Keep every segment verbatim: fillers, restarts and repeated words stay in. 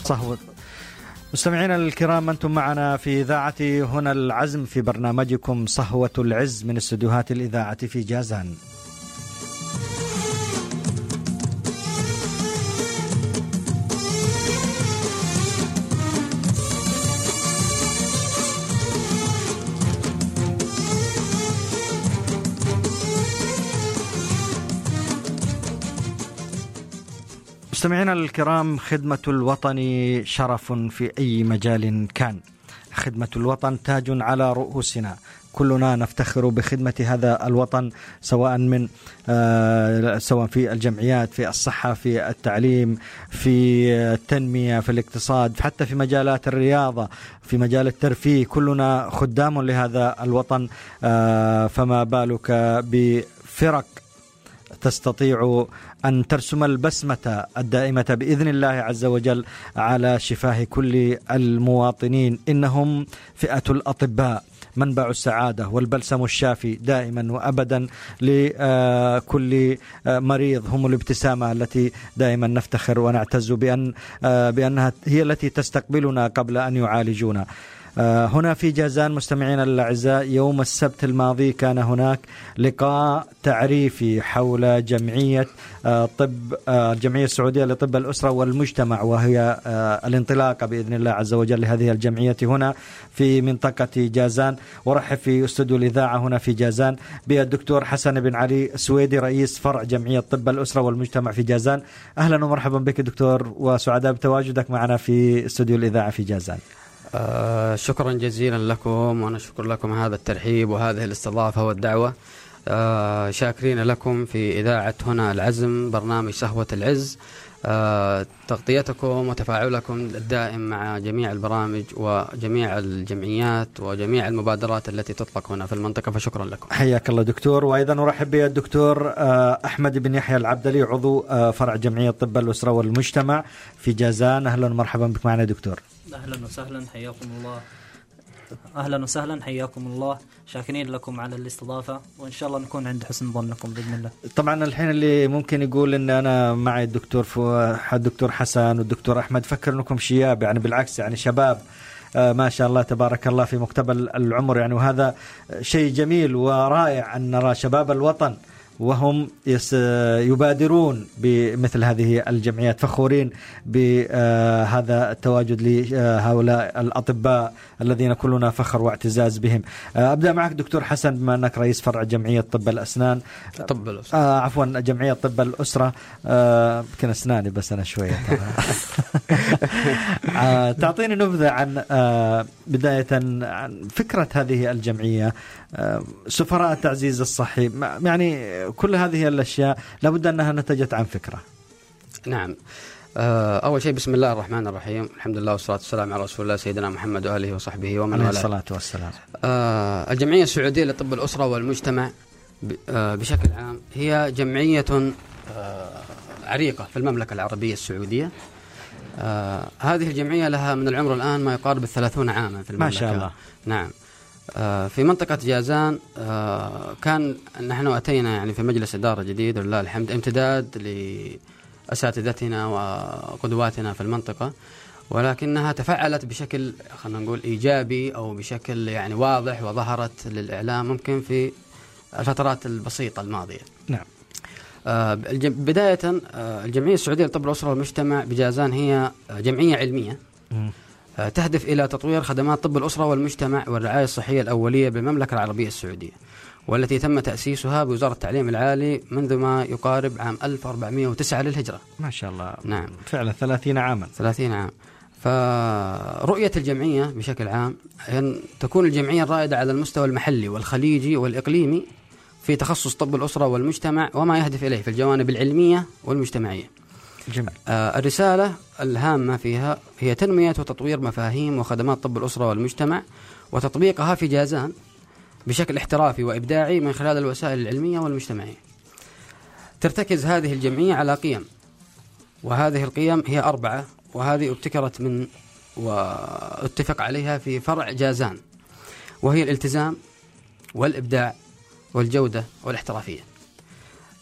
صحوة. مستمعينا الكرام، أنتم معنا في إذاعة هنا العزم في برنامجكم صهوة العز من استديوهات الإذاعة في جازان. مستمعينا الكرام، خدمة الوطن شرف في أي مجال كان. خدمة الوطن تاج على رؤوسنا، كلنا نفتخر بخدمة هذا الوطن، سواء من آه سواء في الجمعيات، في الصحة، في التعليم، في التنمية، في الاقتصاد، حتى في مجالات الرياضة، في مجال الترفيه، كلنا خدام لهذا الوطن. آه فما بالك بفرق تستطيع أن ترسم البسمة الدائمة بإذن الله عز وجل على شفاه كل المواطنين. إنهم فئة الأطباء، منبع السعادة والبلسم الشافي دائما وأبدا لكل مريض. هم الابتسامة التي دائما نفتخر ونعتز بأن بأنها هي التي تستقبلنا قبل أن يعالجونا. هنا في جازان مستمعينا الأعزاء، يوم السبت الماضي كان هناك لقاء تعريفي حول جمعية طب الجمعية السعودية لطب الأسرة والمجتمع، وهي الانطلاقة بإذن الله عز وجل لهذه الجمعية هنا في منطقة جازان. ورحب في استوديو الإذاعة هنا في جازان بالدكتور حسن بن علي السويدي، رئيس فرع جمعية طب الأسرة والمجتمع في جازان. أهلا ومرحبا بك دكتور، وسعداء بتواجدك معنا في استوديو الإذاعة في جازان. آه شكرا جزيلا لكم، وأنا شكر لكم هذا الترحيب وهذه الاستضافة والدعوة. آه شاكرين لكم في إذاعة هنا العزم برنامج صهوة العز، آه تغطيتكم وتفاعلكم الدائم مع جميع البرامج وجميع الجمعيات وجميع المبادرات التي تطلق هنا في المنطقة، فشكرا لكم. حياك الله دكتور. وأيضا نرحب بالدكتور آه أحمد بن يحيى العبدلي، عضو آه فرع جمعية طب الأسرة والمجتمع في جازان. أهلا ومرحبا بك معنا دكتور. أهلا وسهلا، حياكم الله. أهلا وسهلا، حياكم الله. شاكرين لكم على الاستضافة، وإن شاء الله نكون عند حسن ظنكم بإذن الله. طبعا الحين اللي ممكن يقول إن أنا معي الدكتور الدكتور حسن والدكتور أحمد، فكر أنكم شياب، يعني بالعكس يعني شباب آه ما شاء الله تبارك الله في مقتبل العمر يعني، وهذا شيء جميل ورائع أن نرى شباب الوطن وهم يبادرون بمثل هذه الجمعيات، فخورين بهذا التواجد لهؤلاء الأطباء الذين كلنا فخر واعتزاز بهم. أبدأ معك دكتور حسن، بما أنك رئيس فرع جمعية طب الأسنان طب الأسرة آه عفوا جمعية طب الأسرة. آه يمكن أسناني بس أنا شوية آه تعطيني نبذة عن آه بداية عن فكرة هذه الجمعية، آه سفراء التعزيز الصحي، يعني كل هذه الأشياء لابد أنها نتجت عن فكرة. نعم. أول شيء بسم الله الرحمن الرحيم، الحمد لله والصلاة والسلام على رسول الله سيدنا محمد وآله وصحبه ومن والاه. الصلاة والسلام. الجمعية السعودية لطب الأسرة والمجتمع بشكل عام هي جمعية عريقة في المملكة العربية السعودية. هذه الجمعية لها من العمر الآن ما يقارب الثلاثون عاما في المملكة. ما شاء الله. نعم. في منطقة جازان كان نحن أتينا يعني في مجلس إدارة جديد ولله الحمد، امتداد لأساتذتنا وقدواتنا في المنطقة، ولكنها تفعلت بشكل خلينا نقول إيجابي أو بشكل يعني واضح وظهرت للإعلام ممكن في الفترات البسيطة الماضية. نعم. بداية الجمعية السعودية لطب الأسرة والمجتمع بجازان هي جمعية علمية م. تهدف إلى تطوير خدمات طب الأسرة والمجتمع والرعاية الصحية الأولية بالمملكة العربية السعودية، والتي تم تأسيسها بوزارة التعليم العالي منذ ما يقارب عام ألف وأربعمائة وتسعة للهجرة. ما شاء الله. نعم. فعلا ثلاثين عاما. ثلاثين عام. فرؤية الجمعية بشكل عام أن تكون الجمعية الرائدة على المستوى المحلي والخليجي والإقليمي في تخصص طب الأسرة والمجتمع وما يهدف إليه في الجوانب العلمية والمجتمعية. جميل. آه الرسالة الهامة فيها هي تنمية وتطوير مفاهيم وخدمات طب الأسرة والمجتمع وتطبيقها في جازان بشكل احترافي وإبداعي من خلال الوسائل العلمية والمجتمعية. ترتكز هذه الجمعية على قيم، وهذه القيم هي أربعة، وهذه ابتكرت من واتفق عليها في فرع جازان، وهي الالتزام والإبداع والجودة والاحترافية.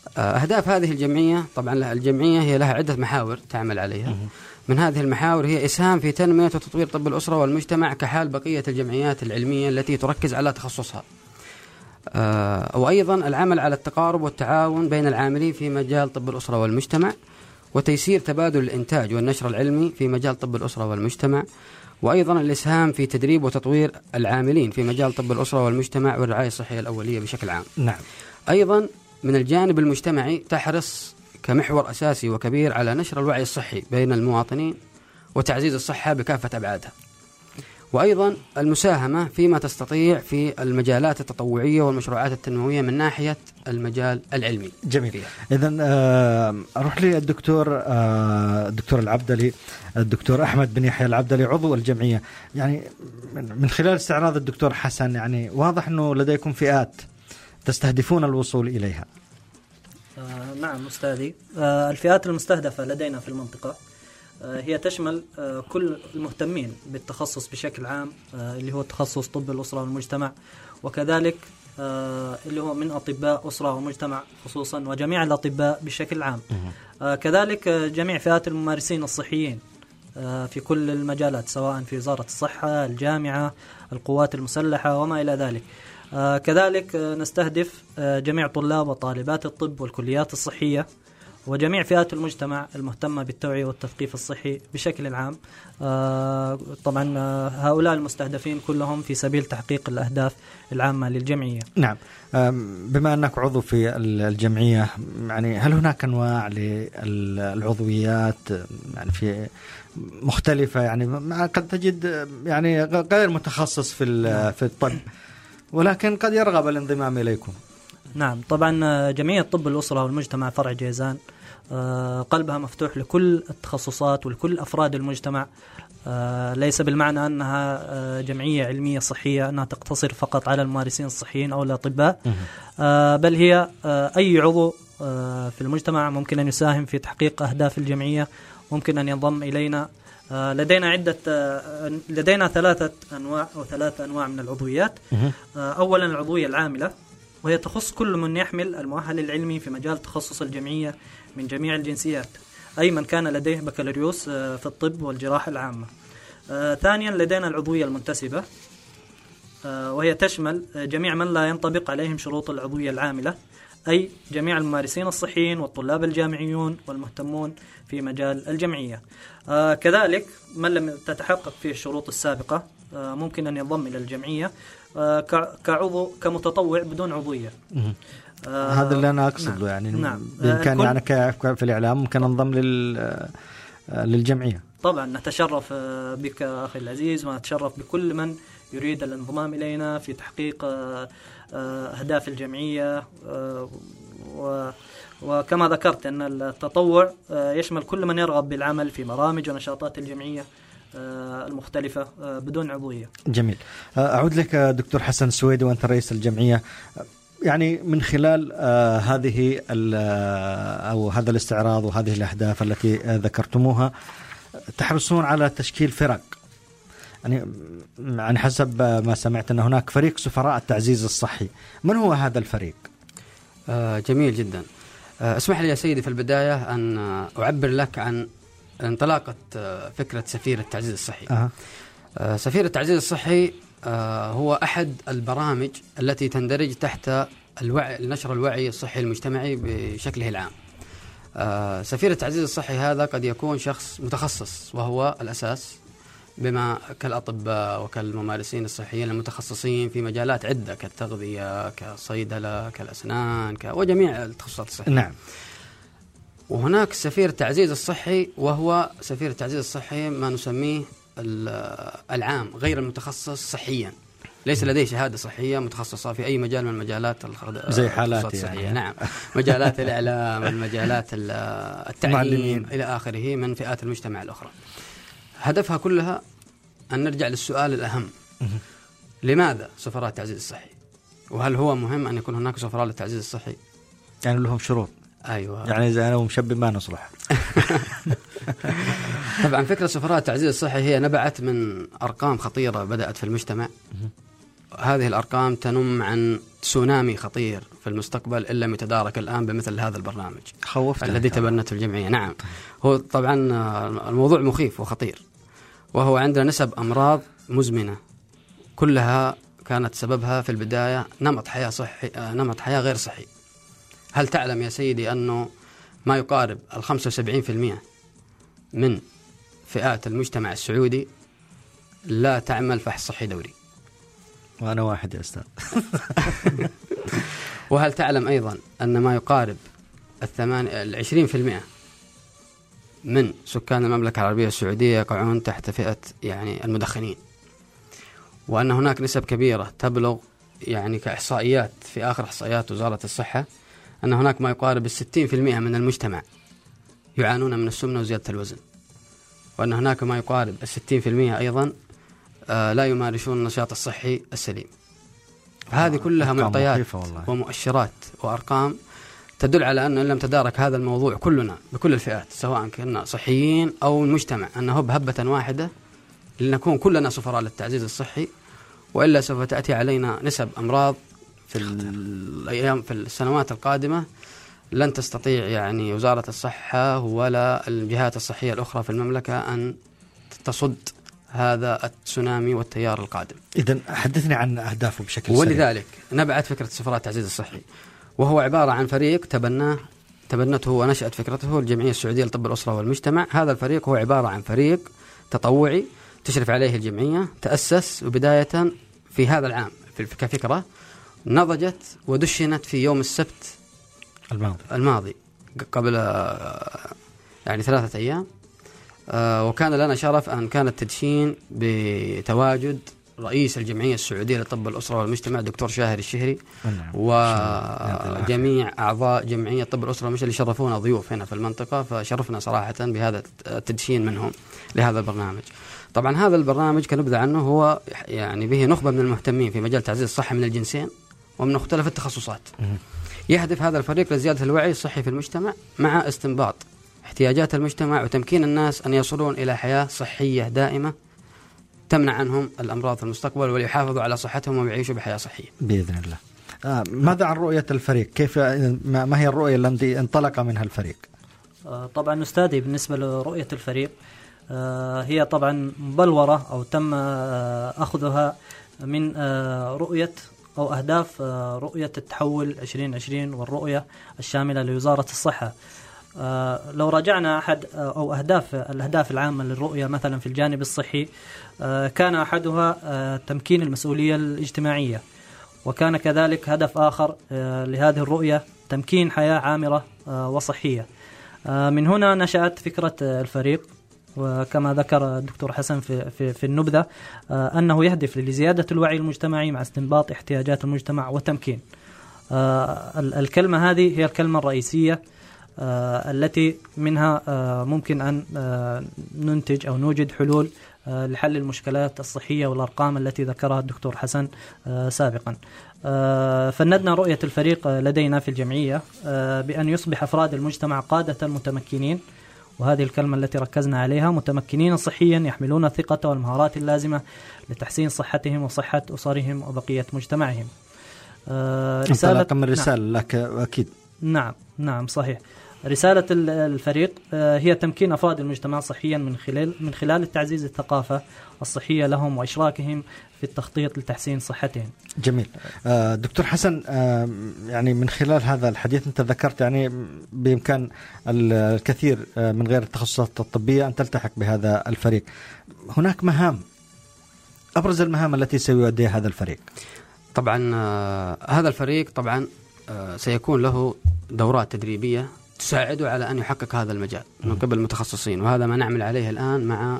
أهداف هذه الجمعية، طبعا الجمعية هي لها عدة محاور تعمل عليها. من هذه المحاور هي إسهام في تنمية وتطوير طب الأسرة والمجتمع كحال بقية الجمعيات العلمية التي تركز على تخصصها، وأيضا العمل على التقارب والتعاون بين العاملين في مجال طب الأسرة والمجتمع، وتيسير تبادل الإنتاج والنشر العلمي في مجال طب الأسرة والمجتمع، وأيضا الإسهام في تدريب وتطوير العاملين في مجال طب الأسرة والمجتمع والرعاية الصحية الأولية بشكل عام. نعم. أيضا من الجانب المجتمعي تحرص كمحور أساسي وكبير على نشر الوعي الصحي بين المواطنين وتعزيز الصحة بكافة أبعادها، وأيضا المساهمة فيما تستطيع في المجالات التطوعية والمشروعات التنموية من ناحية المجال العلمي. جميل. إذن أروح لي الدكتور الدكتور العبدلي، الدكتور أحمد بن يحيى العبدلي عضو الجمعية. يعني من خلال استعراض الدكتور حسن يعني واضح أنه لديكم فئات تستهدفون الوصول إليها. آه نعم أستاذي. آه الفئات المستهدفة لدينا في المنطقة آه هي تشمل آه كل المهتمين بالتخصص بشكل عام، آه اللي هو تخصص طب الأسرة والمجتمع، وكذلك آه اللي هو من أطباء أسرة ومجتمع خصوصا، وجميع الأطباء بشكل عام. آه كذلك آه جميع فئات الممارسين الصحيين آه في كل المجالات، سواء في وزارة الصحة، الجامعة، القوات المسلحة وما إلى ذلك. آه كذلك آه نستهدف آه جميع طلاب وطالبات الطب والكليات الصحية، وجميع فئات المجتمع المهتمة بالتوعية والتثقيف الصحي بشكل عام. آه طبعا آه هؤلاء المستهدفين كلهم في سبيل تحقيق الأهداف العامة للجمعية. نعم. بما أنك عضو في الجمعية، يعني هل هناك أنواع للعضويات يعني في مختلفة؟ يعني قد تجد يعني غير متخصص في في الطب ولكن قد يرغب الانضمام إليكم. نعم طبعا جمعية طب الأسرة والمجتمع فرع جيزان قلبها مفتوح لكل التخصصات ولكل أفراد المجتمع. ليس بالمعنى أنها جمعية علمية صحية أنها تقتصر فقط على الممارسين الصحيين أو الأطباء، بل هي أي عضو في المجتمع ممكن أن يساهم في تحقيق أهداف الجمعية، ممكن أن ينضم إلينا. لدينا عدة لدينا ثلاثة أنواع أو ثلاث أنواع من العضويات. أولا العضوية العاملة، وهي تخص كل من يحمل المؤهل العلمي في مجال تخصص الجمعية من جميع الجنسيات، أي من كان لديه بكالوريوس في الطب والجراحة العامة. ثانيا لدينا العضوية المنتسبة، وهي تشمل جميع من لا ينطبق عليهم شروط العضوية العاملة، أي جميع الممارسين الصحيين والطلاب الجامعيون والمهتمون في مجال الجمعية. آه كذلك من لم تتحقق فيه الشروط السابقة آه ممكن أن ينضم إلى الجمعية آه كعضو كمتطوع بدون عضوية. آه هذا اللي أنا أقصده. نعم. يعني نعم. بإمكاني يعني في الإعلام ممكن أنضم لل للجمعية. طبعا نتشرف بك أخي العزيز، ونتشرف بكل من يريد الانضمام إلينا في تحقيق أهداف الجمعية. وكما ذكرت أن التطوع يشمل كل من يرغب بالعمل في برامج ونشاطات الجمعية المختلفة بدون عضوية. جميل. أعود لك دكتور حسن السويدي وأنت رئيس الجمعية. يعني من خلال آه هذه أو هذا الاستعراض وهذه الأهداف التي آه ذكرتموها، تحرصون على تشكيل فرق. يعني عن حسب ما سمعت أن هناك فريق سفراء التعزيز الصحي، من هو هذا الفريق؟ آه جميل جدا. آه اسمح لي يا سيدي في البداية أن أعبر لك عن انطلاقة آه فكرة سفير التعزيز الصحي. أه. آه سفير التعزيز الصحي آه هو أحد البرامج التي تندرج تحت الوعي نشر الوعي الصحي المجتمعي بشكله العام. آه سفير التعزيز الصحي هذا قد يكون شخص متخصص وهو الأساس، بما كالأطباء وكالممارسين الصحيين المتخصصين في مجالات عدة كالتغذية كالصيدلة كالأسنان ك... وجميع التخصصات الصحية. نعم. وهناك سفير التعزيز الصحي، وهو سفير التعزيز الصحي ما نسميه العام غير المتخصص صحيا، ليس لديه شهادة صحية متخصصة في أي مجال من المجالات الخض... زي حالاتي يعني. نعم. مجالات الإعلام، المجالات التعليم إلى آخره من فئات المجتمع الأخرى. هدفها كلها أن نرجع للسؤال الأهم: لماذا سفراء التعزيز الصحي؟ وهل هو مهم أن يكون هناك سفراء للتعزيز الصحي؟ يعني لهم شروط. أيوة. يعني إذا أنا ومشبه ما نصلح. طبعا فكرة سفراء التعزيز الصحي هي نبعت من أرقام خطيرة بدأت في المجتمع، هذه الأرقام تنم عن تسونامي خطير في المستقبل إن لم يتدارك الآن بمثل هذا البرنامج الذي تبنته الجمعية. نعم، هو طبعا الموضوع مخيف وخطير، وهو عندنا نسب أمراض مزمنة كلها كانت سببها في البداية نمط حياة صحي، نمط حياة غير صحي. هل تعلم يا سيدي أنه ما يقارب الخمسة وسبعين في المئة من فئات المجتمع السعودي لا تعمل فحص صحي دوري؟ وأنا واحد يا أستاذ. وهل تعلم أيضا أن ما يقارب الثمان العشرين في المئة من سكان المملكة العربية السعودية يقعون تحت فئة يعني المدخنين، وأن هناك نسب كبيرة تبلغ يعني كإحصائيات في آخر إحصائيات وزارة الصحة أن هناك ما يقارب الستين في المئة من المجتمع يعانون من السمنة وزيادة الوزن، وأن هناك ما يقارب الستين في المئة أيضا آه لا يمارسون النشاط الصحي السليم. هذه كلها معطيات ومؤشرات وأرقام تدل على أنه إن لم تدارك هذا الموضوع كلنا بكل الفئات سواء كنا صحيين أو المجتمع أنه بهبة واحدة لنكون كلنا سفراء للتعزيز الصحي، وإلا سوف تأتي علينا نسب أمراض في الأيام في السنوات القادمة لن تستطيع يعني وزارة الصحة ولا الجهات الصحية الأخرى في المملكة أن تصد هذا التسونامي والتيار القادم. إذن حدثني عن أهدافه بشكل سريع. ولذلك نبعت فكرة سفراء التعزيز الصحي، وهو عبارة عن فريق تبناه تبنته ونشأت فكرته الجمعية السعودية لطب الأسرة والمجتمع. هذا الفريق هو عبارة عن فريق تطوعي تشرف عليه الجمعية، تأسس بداية في هذا العام كفكرة، نضجت ودشنت في يوم السبت الماضي, الماضي قبل يعني ثلاثة أيام. وكان لنا شرف أن كان التدشين بتواجد رئيس الجمعية السعودية لطب الأسرة والمجتمع دكتور شاهر الشهري وجميع أعضاء جمعية طب الأسرة والمجتمع اللي شرفونا ضيوف هنا في المنطقة، فشرفنا صراحة بهذا التدشين منهم لهذا البرنامج. طبعا هذا البرنامج كنبذة عنه هو يعني به نخبة من المهتمين في مجال تعزيز الصحة من الجنسين ومن مختلف التخصصات. يهدف هذا الفريق لزيادة الوعي الصحي في المجتمع مع استنباط احتياجات المجتمع وتمكين الناس أن يصلون إلى حياة صحية دائمة تمنع عنهم الأمراض في المستقبل وليحافظوا على صحتهم ويعيشوا بحياة صحية بإذن الله. آه ماذا عن رؤية الفريق؟ كيف ما هي الرؤية التي انطلق منها الفريق؟ آه طبعا أستاذي بالنسبة لرؤية الفريق آه هي طبعا بلورة أو تم آه أخذها من آه رؤية أو أهداف آه رؤية التحول عشرين عشرين والرؤية الشاملة لوزارة الصحة. آه لو راجعنا أحد آه أو أهداف الأهداف العامة للرؤية مثلا في الجانب الصحي آه كان أحدها آه تمكين المسؤولية الاجتماعية، وكان كذلك هدف آخر آه لهذه الرؤية تمكين حياة عامرة آه وصحية. آه من هنا نشأت فكرة آه الفريق، وكما ذكر الدكتور حسن في, في, في النبذة آه أنه يهدف لزيادة الوعي المجتمعي مع استنباط احتياجات المجتمع وتمكين. آه الكلمة هذه هي الكلمة الرئيسية آه التي منها آه ممكن أن آه ننتج أو نوجد حلول آه لحل المشكلات الصحية والأرقام التي ذكرها الدكتور حسن آه سابقا. آه فندنا رؤية الفريق آه لدينا في الجمعية آه بأن يصبح أفراد المجتمع قادة متمكنين، وهذه الكلمة التي ركزنا عليها، متمكنين صحيا يحملون الثقة والمهارات اللازمة لتحسين صحتهم وصحة أسرهم وبقية مجتمعهم. آه رسالة انطلاقا من رسالة نعم. لك أكيد. نعم نعم صحيح. رسالة الفريق هي تمكين أفراد المجتمع صحيا من خلال من خلال التعزيز الثقافة الصحية لهم وإشراكهم في التخطيط لتحسين صحتهم. جميل. آه دكتور حسن، آه يعني من خلال هذا الحديث أنت ذكرت يعني بإمكان الكثير من غير التخصصات الطبية أن تلتحق بهذا الفريق. هناك مهام، أبرز المهام التي سيؤديها هذا الفريق. طبعا آه هذا الفريق طبعا آه سيكون له دورات تدريبية تساعده على أن يحقق هذا المجال من قبل المتخصصين، وهذا ما نعمل عليه الآن مع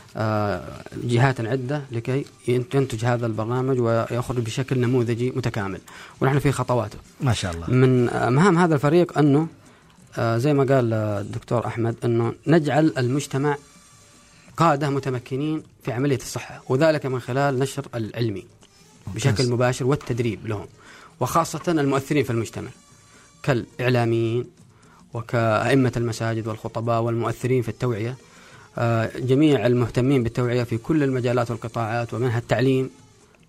جهات عدة لكي ينتج هذا البرنامج ويخرج بشكل نموذجي متكامل، ونحن في خطواته ما شاء الله. من مهام هذا الفريق أنه زي ما قال الدكتور أحمد أنه نجعل المجتمع قادة متمكنين في عملية الصحة، وذلك من خلال نشر العلمي بشكل مباشر والتدريب لهم، وخاصة المؤثرين في المجتمع كالإعلاميين وكأئمة المساجد والخطباء والمؤثرين في التوعية، جميع المهتمين بالتوعية في كل المجالات والقطاعات ومنها التعليم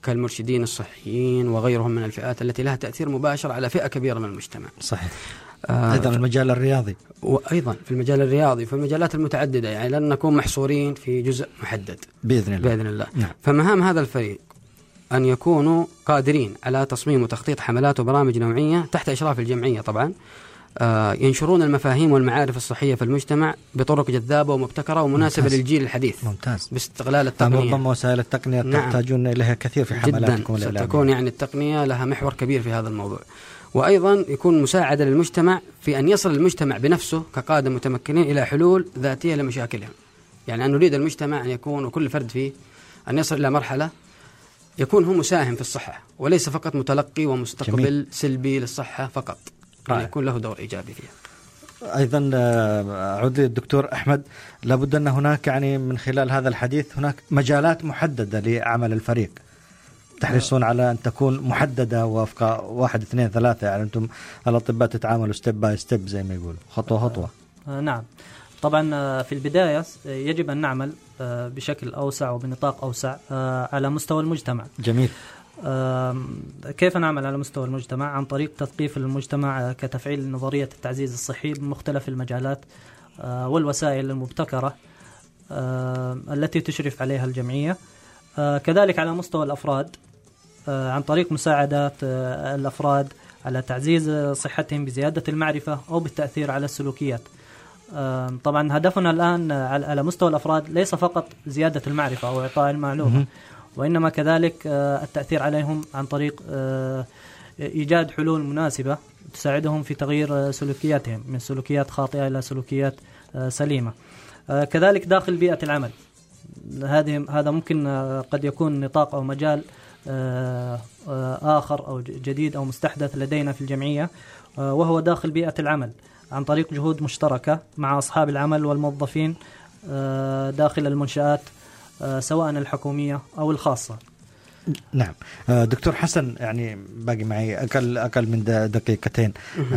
كالمرشدين الصحيين وغيرهم من الفئات التي لها تأثير مباشر على فئة كبيرة من المجتمع. صحيح. آه أيضا المجال الرياضي، وأيضا في المجال الرياضي في المجالات المتعددة، يعني لن نكون محصورين في جزء محدد بإذن الله, بإذن الله. نعم. فمهام هذا الفريق أن يكونوا قادرين على تصميم وتخطيط حملات وبرامج نوعية تحت إشراف الجمعية طبعا، آه ينشرون المفاهيم والمعارف الصحية في المجتمع بطرق جذابة ومبتكرة ومناسبة ممتاز. للجيل الحديث. ممتاز. باستغلال التقنية. ربما وسائل التقنية نعم. تحتاجون إليها كثير في حملاتكم الإعلامية. ستكون يعني التقنية لها محور كبير في هذا الموضوع، وأيضا يكون مساعدة للمجتمع في أن يصل المجتمع بنفسه كقادة متمكنين إلى حلول ذاتية لمشاكلهم. يعني أن نريد المجتمع أن يكون وكل فرد فيه أن يصل إلى مرحلة يكون هو مساهم في الصحة وليس فقط متلقي ومستقبل جميل. سلبي للصحة فقط، يعني يكون له دور إيجابي فيها. أيضا أعود للدكتور أحمد، لابد أن هناك يعني من خلال هذا الحديث هناك مجالات محددة لعمل الفريق، تحرصون على أن تكون محددة وفق واحد اثنين ثلاثة، يعني أنتم الأطباء تتعاملوا ستيب باي ستيب زي ما يقولوا، خطوة خطوة. آه نعم طبعا. في البداية يجب أن نعمل بشكل أوسع وبنطاق أوسع على مستوى المجتمع. جميل. كيف نعمل على مستوى المجتمع؟ عن طريق تثقيف المجتمع كتفعيل نظرية التعزيز الصحي بمختلف المجالات والوسائل المبتكرة التي تشرف عليها الجمعية. كذلك على مستوى الأفراد عن طريق مساعدة الأفراد على تعزيز صحتهم بزيادة المعرفة أو بالتأثير على السلوكيات. طبعا هدفنا الآن على مستوى الأفراد ليس فقط زيادة المعرفة أو إعطاء المعلومة، وإنما كذلك التأثير عليهم عن طريق إيجاد حلول مناسبة تساعدهم في تغيير سلوكياتهم من سلوكيات خاطئة إلى سلوكيات سليمة. كذلك داخل بيئة العمل، هذه هذا ممكن قد يكون نطاق أو مجال آخر أو جديد أو مستحدث لدينا في الجمعية، وهو داخل بيئة العمل عن طريق جهود مشتركة مع أصحاب العمل والموظفين داخل المنشآت سواء الحكومية أو الخاصة. نعم. دكتور حسن، يعني باقي معي أقل أقل من دقيقتين،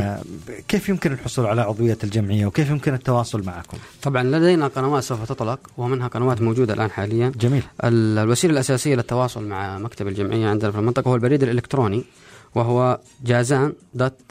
كيف يمكن الحصول على عضوية الجمعية وكيف يمكن التواصل معكم؟ طبعا لدينا قنوات سوف تطلق ومنها قنوات موجودة الآن حاليا. جميل. الوسيلة الأساسية للتواصل مع مكتب الجمعية عندنا في المنطقة هو البريد الإلكتروني، وهو جازان دوت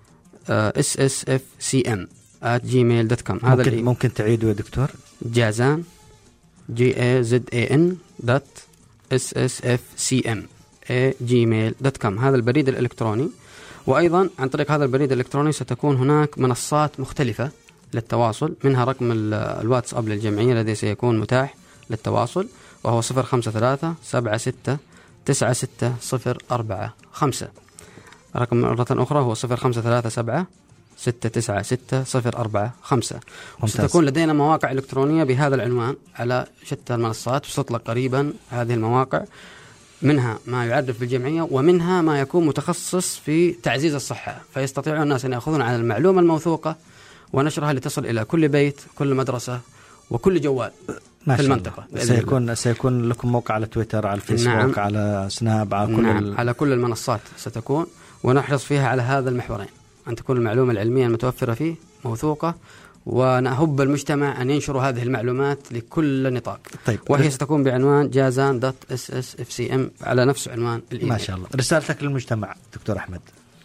اس اس اف سي ام آت جيميل دوت كوم. هذا ممكن, ممكن تعيدوا يا دكتور؟ جازان جي اي زد اي ان دوت اس اس اف سي ام آت جيميل دوت كوم. هذا البريد الإلكتروني. وأيضا عن طريق هذا البريد الإلكتروني ستكون هناك منصات مختلفة للتواصل، منها رقم الواتساب للجمعية الذي سيكون متاح للتواصل، وهو صفر خمسة ثلاثة سبعة ستة تسعة ستة صفر أربعة خمسة. رقم مرة أخرى هو صفر خمسة ثلاثة سبعة ستة تسعة ستة صفر أربعة خمسة. وستكون لدينا مواقع إلكترونية بهذا العنوان على شتى المنصات، وستطلق قريبا هذه المواقع، منها ما يعرف بالجمعية ومنها ما يكون متخصص في تعزيز الصحة، فيستطيعون الناس أن يأخذون عن المعلومة الموثوقة ونشرها لتصل إلى كل بيت، كل مدرسة، وكل جوال في المنطقة. سيكون سيكون لكم موقع على تويتر، على الفيسبوك، نعم. على سناب، على كل نعم. ال... على كل المنصات ستكون، ونحرص فيها على هذا المحورين، أن تكون المعلومة العلمية المتوفرة فيه موثوقة، ونهب المجتمع أن ينشروا هذه المعلومات لكل نطاق. طيب. وهي ستكون بعنوان جازان دوت اس اس اف سي ام على نفس عنوان الإيميل. ما شاء الله. رسالتك للمجتمع دكتور أحمد؟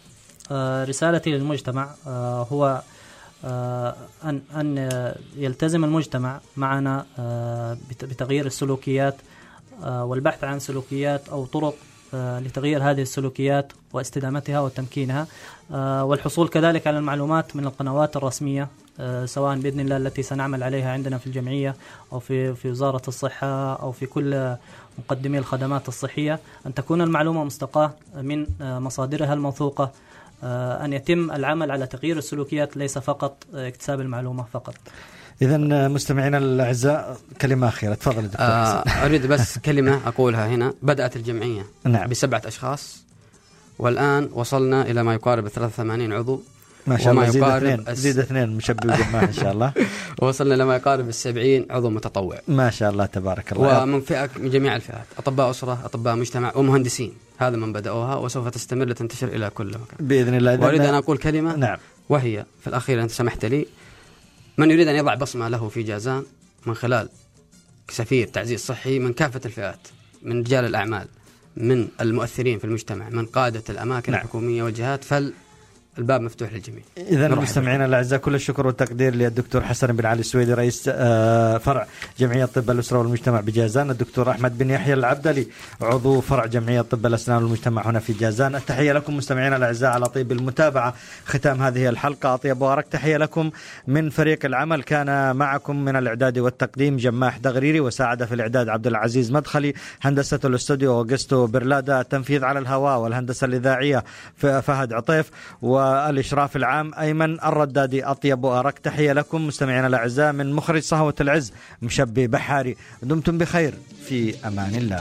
آه رسالتي للمجتمع آه هو آه أن أن يلتزم المجتمع معنا آه بتغيير السلوكيات آه والبحث عن سلوكيات أو طرق آه لتغيير هذه السلوكيات واستدامتها وتمكينها، آه والحصول كذلك على المعلومات من القنوات الرسمية، آه سواء بإذن الله التي سنعمل عليها عندنا في الجمعية أو في في وزارة الصحة أو في كل مقدمي الخدمات الصحية، أن تكون المعلومة مستقاة من آه مصادرها الموثوقة، آه أن يتم العمل على تغيير السلوكيات ليس فقط آه اكتساب المعلومة فقط. إذن مستمعينا الأعزاء، كلمة أخيرة تفضل دكتور. آه أريد بس كلمة أقولها هنا. بدأت الجمعية نعم. بسبعة أشخاص، والآن وصلنا إلى ما يقارب ثلاثة وثمانين عضو ما شاء الله. زيد اثنين زيد اثنين مشبه جماعة إن شاء الله. وصلنا لما يقارب السبعين عضو متطوع ما شاء الله تبارك الله، ومن فئة من جميع الفئات، أطباء أسرة، أطباء مجتمع، ومهندسين. هذا من بدأوها وسوف تستمر لتنتشر إلى كل مكان بإذن الله. وأريد أن أقول كلمة نعم. وهي في الأخير أنت سمحت لي، من يريد أن يضع بصمة له في جازان من خلال سفير تعزيز صحي من كافة الفئات، من رجال الأعمال، من المؤثرين في المجتمع، من قادة الأماكن نعم. الحكومية والجهات، فال الباب مفتوح للجميع. إذا مستمعينا الأعزاء، كل الشكر والتقدير للدكتور حسن بن علي السويدي رئيس فرع جمعية طب الأسرة والمجتمع بجازان، الدكتور أحمد بن يحيى العبدلي عضو فرع جمعية طب الأسنان والمجتمع هنا في جازان. التحية لكم مستمعينا الأعزاء على طيب المتابعة. ختام هذه الحلقة أطيب وأرق تحية لكم من فريق العمل. كان معكم من الإعداد والتقديم جماح دغريري، وساعد في الإعداد عبد العزيز مدخلي، هندسة الاستوديو أوغستو برلادا، التنفيذ على الهواء والهندسة الإذاعية فهد عطيف، والإشراف العام أيمن الردادي. أطيب وأرق تحية لكم مستمعينا الأعزاء من مخرج صهوة العز مشبي بحاري. دمتم بخير، في أمان الله.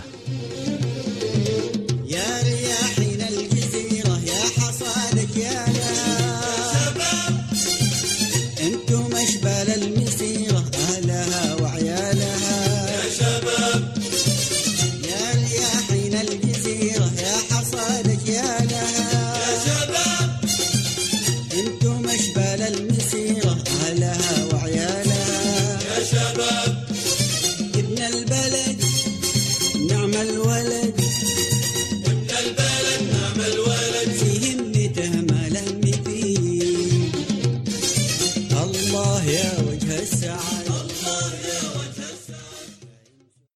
يا رياحين الجزيرة يا حصانك يا شباب، انتم أشبال المسيرة أهلها وعيالها يا شباب. يا رياحين الجزيرة يا حصانك يا لها يا شباب، انتم أشبال المسيرة أهلها وعيالها يا شباب. ابن البلد نعم الولد، ابن البلد نعم الولد، في همته ما لم فيه الله يا